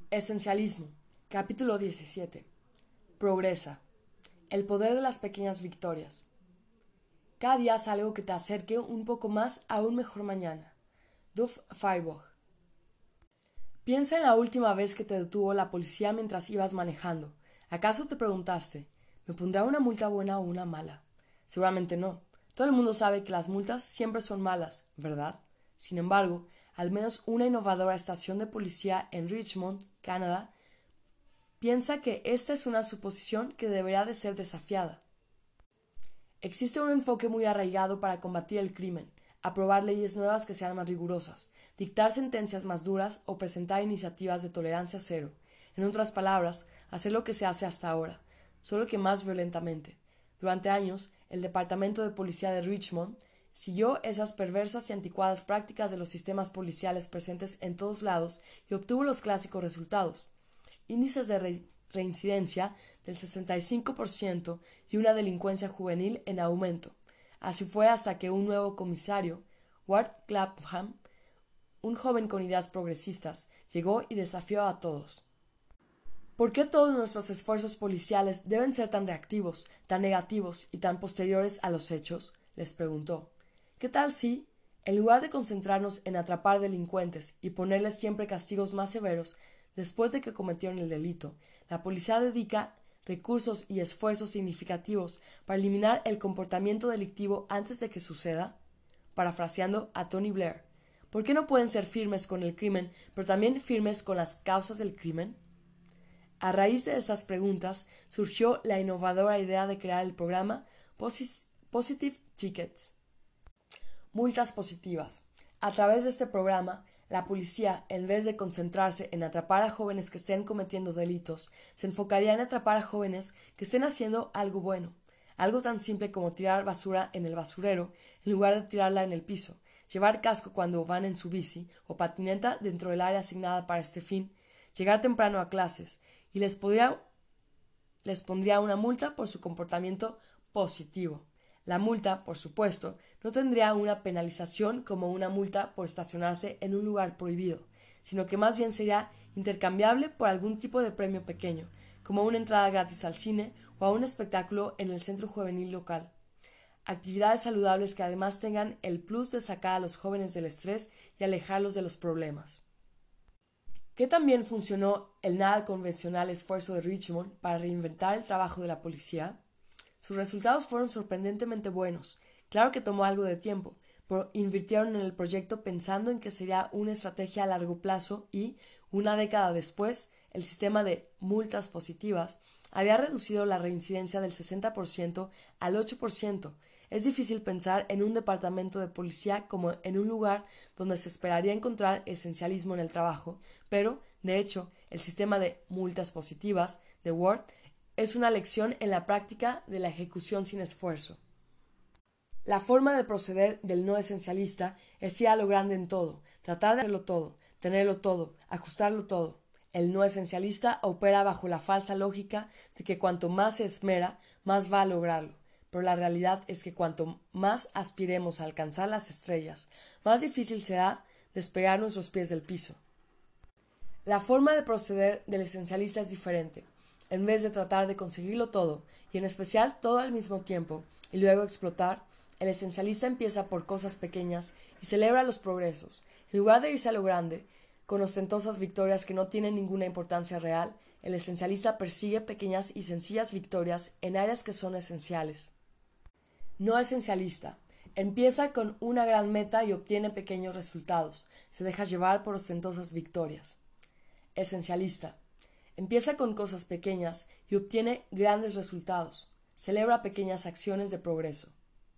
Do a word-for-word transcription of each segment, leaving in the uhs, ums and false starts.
Esencialismo. Capítulo diecisiete. Progresa. El poder de las pequeñas victorias. Cada día haz algo que te acerque un poco más a un mejor mañana. Duff Firebog. Piensa en la última vez que te detuvo la policía mientras ibas manejando. ¿Acaso te preguntaste, ¿me pondrá una multa buena o una mala? Seguramente no. Todo el mundo sabe que las multas siempre son malas, ¿verdad? Sin embargo, al menos una innovadora estación de policía en Richmond, Canadá, piensa que esta es una suposición que deberá de ser desafiada. Existe un enfoque muy arraigado para combatir el crimen, aprobar leyes nuevas que sean más rigurosas, dictar sentencias más duras o presentar iniciativas de tolerancia cero. En otras palabras, hacer lo que se hace hasta ahora, solo que más violentamente. Durante años, el Departamento de Policía de Richmond siguió esas perversas y anticuadas prácticas de los sistemas policiales presentes en todos lados y obtuvo los clásicos resultados: índices de re reincidencia del sesenta y cinco por ciento y una delincuencia juvenil en aumento. Así fue hasta que un nuevo comisario, Ward Clapham, un joven con ideas progresistas, llegó y desafió a todos. ¿Por qué todos nuestros esfuerzos policiales deben ser tan reactivos, tan negativos y tan posteriores a los hechos?, les preguntó. ¿Qué tal si, en lugar de concentrarnos en atrapar delincuentes y ponerles siempre castigos más severos después de que cometieron el delito, la policía dedica recursos y esfuerzos significativos para eliminar el comportamiento delictivo antes de que suceda? Parafraseando a Tony Blair, ¿por qué no pueden ser firmes con el crimen, pero también firmes con las causas del crimen? A raíz de estas preguntas surgió la innovadora idea de crear el programa Posis Positive Tickets, multas positivas. A través de este programa, la policía, en vez de concentrarse en atrapar a jóvenes que estén cometiendo delitos, se enfocaría en atrapar a jóvenes que estén haciendo algo bueno, algo tan simple como tirar basura en el basurero en lugar de tirarla en el piso, llevar casco cuando van en su bici o patineta dentro del área asignada para este fin, llegar temprano a clases, y les, podría, les pondría una multa por su comportamiento positivo. La multa, por supuesto, no tendría una penalización como una multa por estacionarse en un lugar prohibido, sino que más bien sería intercambiable por algún tipo de premio pequeño, como una entrada gratis al cine o a un espectáculo en el centro juvenil local. Actividades saludables que además tengan el plus de sacar a los jóvenes del estrés y alejarlos de los problemas. ¿Qué también funcionó el nada convencional esfuerzo de Richmond para reinventar el trabajo de la policía? Sus resultados fueron sorprendentemente buenos. Claro que tomó algo de tiempo, pero invirtieron en el proyecto pensando en que sería una estrategia a largo plazo y, una década después, el sistema de multas positivas había reducido la reincidencia del sesenta por ciento al ocho por ciento. Es difícil pensar en un departamento de policía como en un lugar donde se esperaría encontrar esencialismo en el trabajo, pero, de hecho, el sistema de multas positivas de Ward es una lección en la práctica de la ejecución sin esfuerzo. La forma de proceder del no esencialista es ir a lo grande en todo, tratar de hacerlo todo, tenerlo todo, ajustarlo todo. El no esencialista opera bajo la falsa lógica de que cuanto más se esmera, más va a lograrlo. Pero la realidad es que cuanto más aspiremos a alcanzar las estrellas, más difícil será despegar nuestros pies del piso. La forma de proceder del esencialista es diferente. En vez de tratar de conseguirlo todo, y en especial todo al mismo tiempo, y luego explotar, el esencialista empieza por cosas pequeñas y celebra los progresos. En lugar de irse a lo grande, con ostentosas victorias que no tienen ninguna importancia real, el esencialista persigue pequeñas y sencillas victorias en áreas que son esenciales. No esencialista. Empieza con una gran meta y obtiene pequeños resultados. Se deja llevar por ostentosas victorias. Esencialista. Empieza con cosas pequeñas y obtiene grandes resultados. Celebra pequeñas acciones de progreso.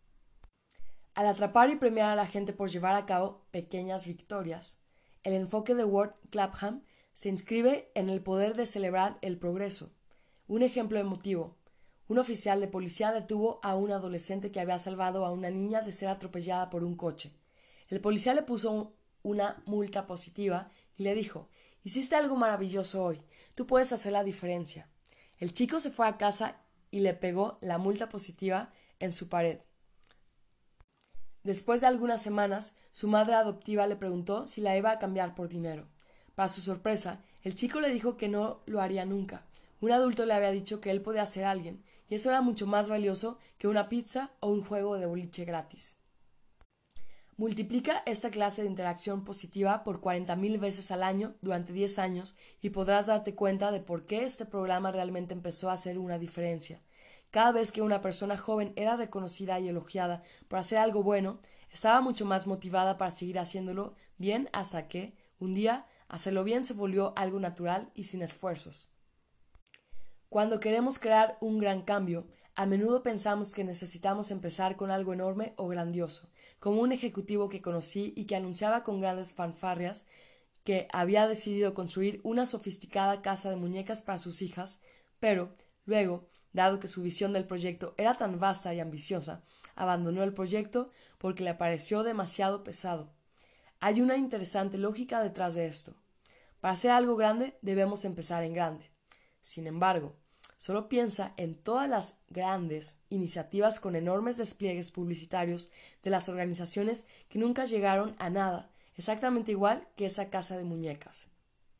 Al atrapar y premiar a la gente por llevar a cabo pequeñas victorias, el enfoque de Ward Clapham se inscribe en el poder de celebrar el progreso. Un ejemplo emotivo. Un oficial de policía detuvo a un adolescente que había salvado a una niña de ser atropellada por un coche. El policía le puso una multa positiva y le dijo: «Hiciste algo maravilloso hoy. Tú puedes hacer la diferencia». El chico se fue a casa y le pegó la multa positiva en su pared. Después de algunas semanas, su madre adoptiva le preguntó si la iba a cambiar por dinero. Para su sorpresa, El chico le dijo que no lo haría nunca. Un adulto le había dicho que él podía ser alguien, y eso era mucho más valioso que una pizza o un juego de boliche gratis. Multiplica esta clase de interacción positiva por cuarenta mil veces al año durante diez años y podrás darte cuenta de por qué este programa realmente empezó a hacer una diferencia. Cada vez que una persona joven era reconocida y elogiada por hacer algo bueno, estaba mucho más motivada para seguir haciéndolo bien hasta que, un día, hacerlo bien se volvió algo natural y sin esfuerzos. Cuando queremos crear un gran cambio, a menudo pensamos que necesitamos empezar con algo enorme o grandioso, como un ejecutivo que conocí y que anunciaba con grandes fanfarrias que había decidido construir una sofisticada casa de muñecas para sus hijas, pero, luego, dado que su visión del proyecto era tan vasta y ambiciosa, abandonó el proyecto porque le pareció demasiado pesado. Hay una interesante lógica detrás de esto. Para hacer algo grande debemos empezar en grande. Sin embargo, solo piensa en todas las grandes iniciativas con enormes despliegues publicitarios de las organizaciones que nunca llegaron a nada, exactamente igual que esa casa de muñecas.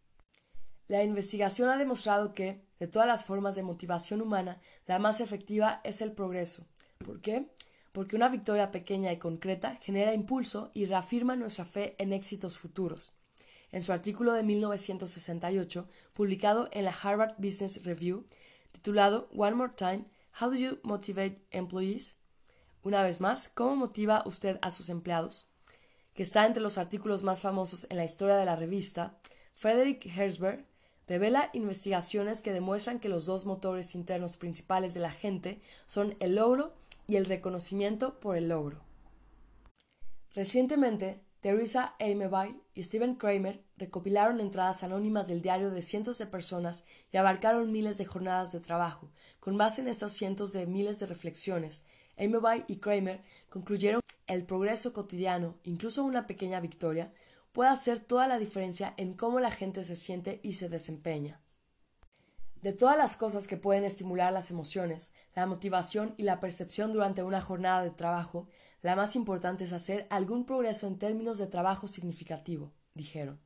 La investigación ha demostrado que, de todas las formas de motivación humana, la más efectiva es el progreso. ¿Por qué? Porque una victoria pequeña y concreta genera impulso y reafirma nuestra fe en éxitos futuros. En su artículo de mil novecientos sesenta y ocho, publicado en la Harvard Business Review, titulado One More Time, How do you motivate employees? Una vez más, ¿cómo motiva usted a sus empleados? Que está entre los artículos más famosos en la historia de la revista, Frederick Herzberg revela investigaciones que demuestran que los dos motores internos principales de la gente son el logro y el reconocimiento por el logro. Recientemente, Theresa Ameby y Stephen Kramer recopilaron entradas anónimas del diario de cientos de personas y abarcaron miles de jornadas de trabajo. Con base en estos cientos de miles de reflexiones, Ameby y Kramer concluyeron que el progreso cotidiano, incluso una pequeña victoria, puede hacer toda la diferencia en cómo la gente se siente y se desempeña. De todas las cosas que pueden estimular las emociones, la motivación y la percepción durante una jornada de trabajo, la más importante es hacer algún progreso en términos de trabajo significativo, dijeron.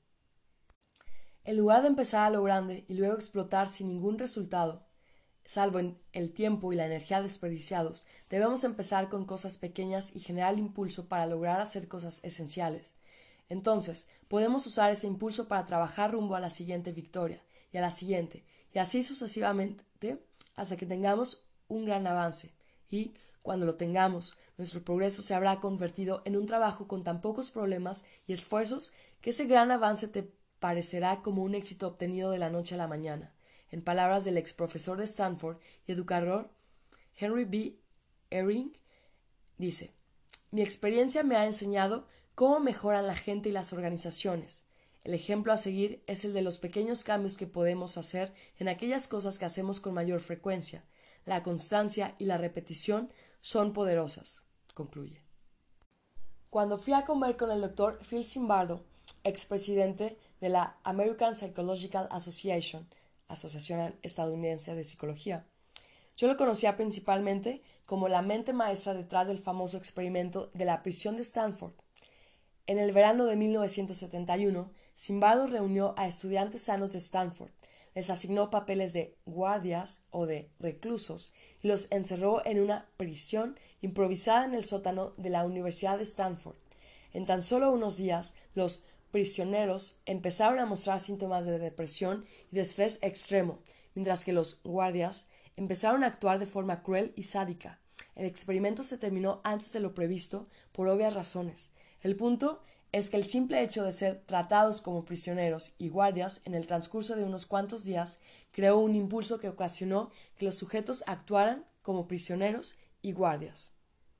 En lugar de empezar a lo grande y luego explotar sin ningún resultado, salvo en el tiempo y la energía desperdiciados, debemos empezar con cosas pequeñas y generar impulso para lograr hacer cosas esenciales. Entonces, podemos usar ese impulso para trabajar rumbo a la siguiente victoria, y a la siguiente, y así sucesivamente hasta que tengamos un gran avance. Y, cuando lo tengamos, nuestro progreso se habrá convertido en un trabajo con tan pocos problemas y esfuerzos que ese gran avance te parecerá como un éxito obtenido de la noche a la mañana. En palabras del ex profesor de Stanford y educador Henry B. Eyring, dice: Mi experiencia me ha enseñado cómo mejoran la gente y las organizaciones. El ejemplo a seguir es el de los pequeños cambios que podemos hacer en aquellas cosas que hacemos con mayor frecuencia. La constancia y la repetición son poderosas, concluye. Cuando fui a comer con el doctor Phil Zimbardo, expresidente de la American Psychological Association, Asociación Estadounidense de Psicología, yo lo conocía principalmente como la mente maestra detrás del famoso experimento de la prisión de Stanford. En el verano de mil novecientos setenta y uno, Zimbardo reunió a estudiantes sanos de Stanford, les asignó papeles de guardias o de reclusos y los encerró en una prisión improvisada en el sótano de la Universidad de Stanford. En tan solo unos días, los prisioneros empezaron a mostrar síntomas de depresión y de estrés extremo, mientras que los guardias empezaron a actuar de forma cruel y sádica. El experimento se terminó antes de lo previsto por obvias razones. El punto es que el simple hecho de ser tratados como prisioneros y guardias en el transcurso de unos cuantos días creó un impulso que ocasionó que los sujetos actuaran como prisioneros y guardias.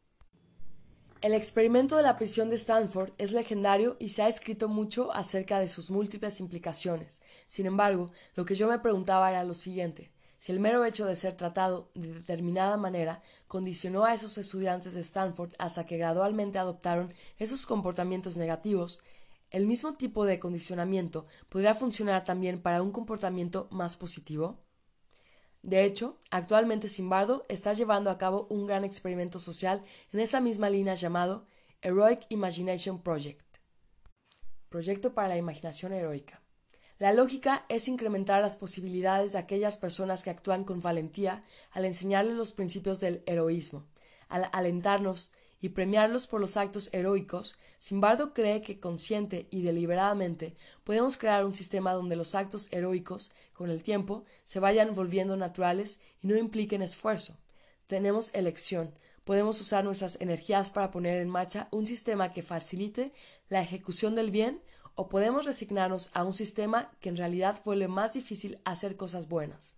El experimento de la prisión de Stanford es legendario y se ha escrito mucho acerca de sus múltiples implicaciones. Sin embargo, lo que yo me preguntaba era lo siguiente: si el mero hecho de ser tratado de determinada manera condicionó a esos estudiantes de Stanford hasta que gradualmente adoptaron esos comportamientos negativos, ¿el mismo tipo de condicionamiento podría funcionar también para un comportamiento más positivo? De hecho, actualmente Zimbardo está llevando a cabo un gran experimento social en esa misma línea llamado Heroic Imagination Project, Proyecto para la Imaginación Heroica. La lógica es incrementar las posibilidades de aquellas personas que actúan con valentía al enseñarles los principios del heroísmo, al alentarnos y premiarlos por los actos heroicos. Zimbardo cree que consciente y deliberadamente podemos crear un sistema donde los actos heroicos, con el tiempo, se vayan volviendo naturales y no impliquen esfuerzo. Tenemos elección. Podemos usar nuestras energías para poner en marcha un sistema que facilite la ejecución del bien, o podemos resignarnos a un sistema que en realidad vuelve más difícil hacer cosas buenas.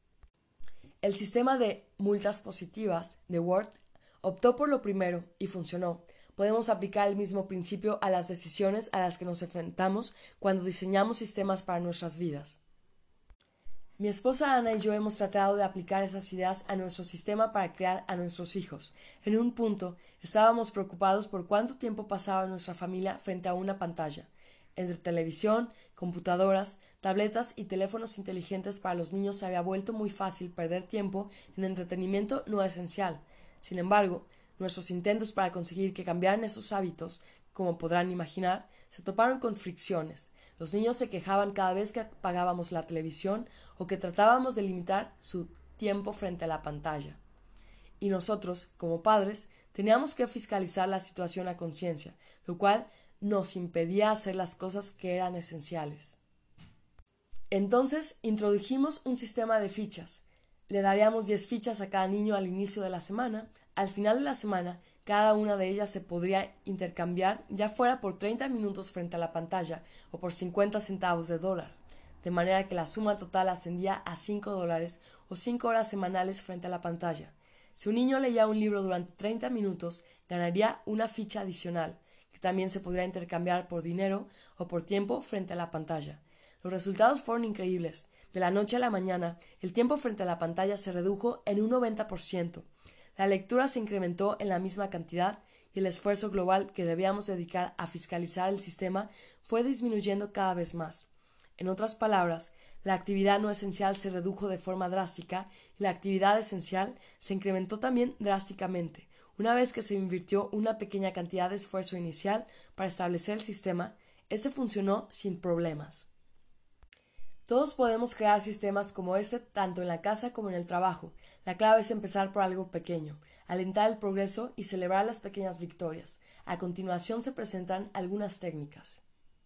El sistema de multas positivas de Ward optó por lo primero y funcionó. Podemos aplicar el mismo principio a las decisiones a las que nos enfrentamos cuando diseñamos sistemas para nuestras vidas. Mi esposa Ana y yo hemos tratado de aplicar esas ideas a nuestro sistema para criar a nuestros hijos. En un punto, estábamos preocupados por cuánto tiempo pasaba nuestra familia frente a una pantalla. Entre televisión, computadoras, tabletas y teléfonos inteligentes, para los niños se había vuelto muy fácil perder tiempo en entretenimiento no esencial. Sin embargo, nuestros intentos para conseguir que cambiaran esos hábitos, como podrán imaginar, se toparon con fricciones. Los niños se quejaban cada vez que apagábamos la televisión o que tratábamos de limitar su tiempo frente a la pantalla. Y nosotros, como padres, teníamos que fiscalizar la situación a conciencia, lo cual nos impedía hacer las cosas que eran esenciales. Entonces introdujimos un sistema de fichas. Le daríamos diez fichas a cada niño al inicio de la semana. Al final de la semana, cada una de ellas se podría intercambiar, ya fuera por treinta minutos frente a la pantalla o por cincuenta centavos de dólar, de manera que la suma total ascendía a cinco dólares o cinco horas semanales frente a la pantalla. Si un niño leía un libro durante treinta minutos, ganaría una ficha adicional, que también se podría intercambiar por dinero o por tiempo frente a la pantalla. Los resultados fueron increíbles. De la noche a la mañana, el tiempo frente a la pantalla se redujo en un noventa por ciento. La lectura se incrementó en la misma cantidad y el esfuerzo global que debíamos dedicar a fiscalizar el sistema fue disminuyendo cada vez más. En otras palabras, la actividad no esencial se redujo de forma drástica y la actividad esencial se incrementó también drásticamente. Una vez que se invirtió una pequeña cantidad de esfuerzo inicial para establecer el sistema, este funcionó sin problemas. Todos podemos crear sistemas como este tanto en la casa como en el trabajo. La clave es empezar por algo pequeño, alentar el progreso y celebrar las pequeñas victorias. A continuación se presentan algunas técnicas.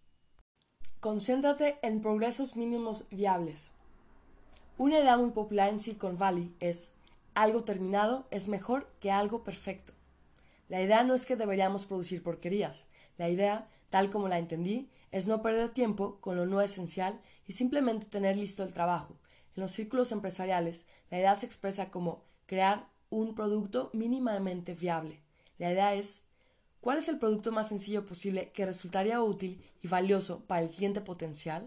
Concéntrate en progresos mínimos viables. Una idea muy popular en Silicon Valley es: algo terminado es mejor que algo perfecto. La idea no es que deberíamos producir porquerías. La idea, tal como la entendí, es no perder tiempo con lo no esencial y simplemente tener listo el trabajo. En los círculos empresariales, la idea se expresa como crear un producto mínimamente viable. La idea es: ¿cuál es el producto más sencillo posible que resultaría útil y valioso para el cliente potencial?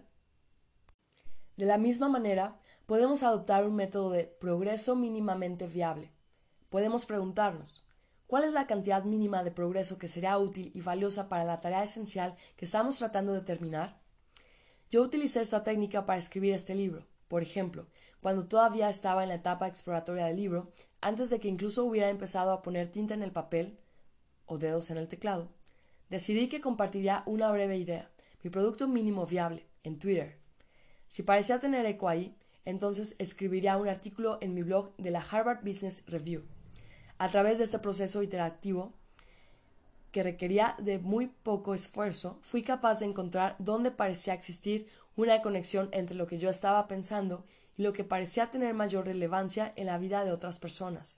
De la misma manera, podemos adoptar un método de progreso mínimamente viable. Podemos preguntarnos: ¿cuál es la cantidad mínima de progreso que será útil y valiosa para la tarea esencial que estamos tratando de terminar? Yo utilicé esta técnica para escribir este libro. Por ejemplo, cuando todavía estaba en la etapa exploratoria del libro, antes de que incluso hubiera empezado a poner tinta en el papel o dedos en el teclado, decidí que compartiría una breve idea, mi producto mínimo viable, en Twitter. Si parecía tener eco ahí, entonces escribiría un artículo en mi blog de la Harvard Business Review. A través de este proceso iterativo, que requería de muy poco esfuerzo, fui capaz de encontrar dónde parecía existir una conexión entre lo que yo estaba pensando y lo que parecía tener mayor relevancia en la vida de otras personas.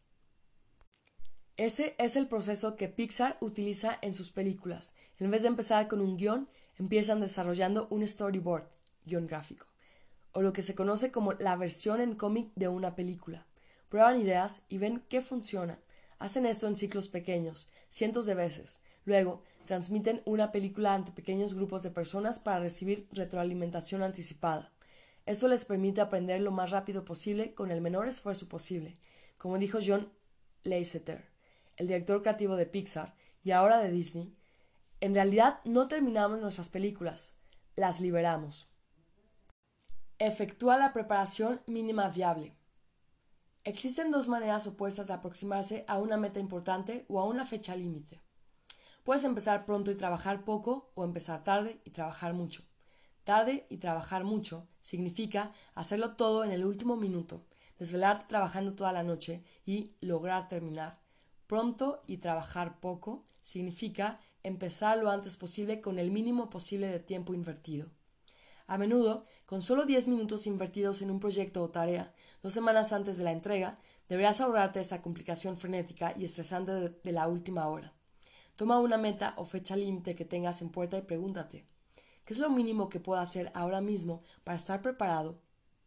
Ese es el proceso que Pixar utiliza en sus películas. En vez de empezar con un guión, empiezan desarrollando un storyboard, guión gráfico, o lo que se conoce como la versión en cómic de una película. Prueban ideas y ven qué funciona. Hacen esto en ciclos pequeños, cientos de veces. Luego, transmiten una película ante pequeños grupos de personas para recibir retroalimentación anticipada. Esto les permite aprender lo más rápido posible con el menor esfuerzo posible. Como dijo John Lasseter, el director creativo de Pixar y ahora de Disney, en realidad no terminamos nuestras películas, las liberamos. Efectúa la preparación mínima viable. Existen dos maneras opuestas de aproximarse a una meta importante o a una fecha límite. Puedes empezar pronto y trabajar poco, o empezar tarde y trabajar mucho. Tarde y trabajar mucho significa hacerlo todo en el último minuto, desvelarte trabajando toda la noche y lograr terminar. Pronto y trabajar poco significa empezar lo antes posible con el mínimo posible de tiempo invertido. A menudo, con solo diez minutos invertidos en un proyecto o tarea, dos semanas antes de la entrega, deberás ahorrarte esa complicación frenética y estresante de, de la última hora. Toma una meta o fecha límite que tengas en puerta y pregúntate, ¿qué es lo mínimo que puedo hacer ahora mismo para estar preparado?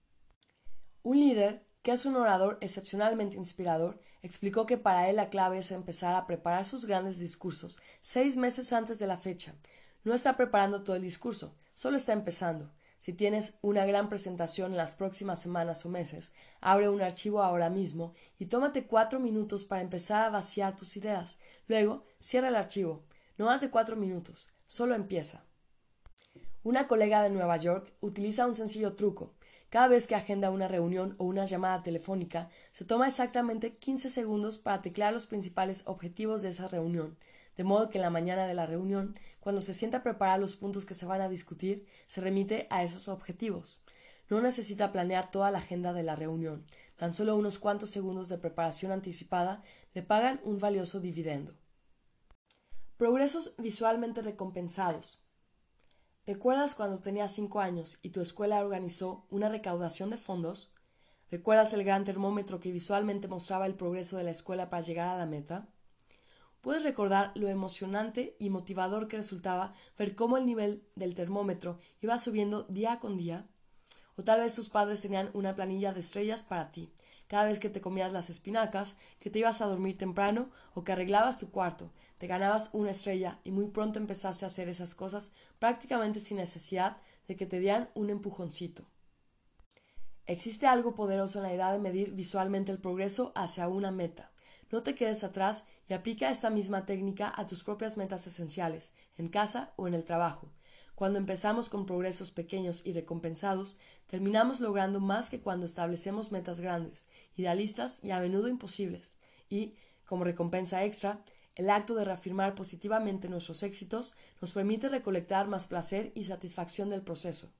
Un líder, que es un orador excepcionalmente inspirador, explicó que para él la clave es empezar a preparar sus grandes discursos seis meses antes de la fecha. No está preparando todo el discurso, solo está empezando. Si tienes una gran presentación en las próximas semanas o meses, abre un archivo ahora mismo y tómate cuatro minutos para empezar a vaciar tus ideas. Luego, cierra el archivo. No más de cuatro minutos. Solo empieza. Una colega de Nueva York utiliza un sencillo truco. Cada vez que agenda una reunión o una llamada telefónica, se toma exactamente quince segundos para teclear los principales objetivos de esa reunión, de modo que en la mañana de la reunión, cuando se sienta a preparar los puntos que se van a discutir, se remite a esos objetivos. No necesita planear toda la agenda de la reunión, tan solo unos cuantos segundos de preparación anticipada le pagan un valioso dividendo. Progresos visualmente recompensados. ¿Recuerdas cuando tenías cinco años y tu escuela organizó una recaudación de fondos? ¿Recuerdas el gran termómetro que visualmente mostraba el progreso de la escuela para llegar a la meta? ¿Puedes recordar lo emocionante y motivador que resultaba ver cómo el nivel del termómetro iba subiendo día con día? O tal vez tus padres tenían una planilla de estrellas para ti, cada vez que te comías las espinacas, que te ibas a dormir temprano o que arreglabas tu cuarto, te ganabas una estrella y muy pronto empezaste a hacer esas cosas prácticamente sin necesidad de que te dieran un empujoncito. Existe algo poderoso en la idea de medir visualmente el progreso hacia una meta. No te quedes atrás y aplica esta misma técnica a tus propias metas esenciales, en casa o en el trabajo. Cuando empezamos con progresos pequeños y recompensados, terminamos logrando más que cuando establecemos metas grandes, idealistas y a menudo imposibles. Y, como recompensa extra, el acto de reafirmar positivamente nuestros éxitos nos permite recolectar más placer y satisfacción del proceso.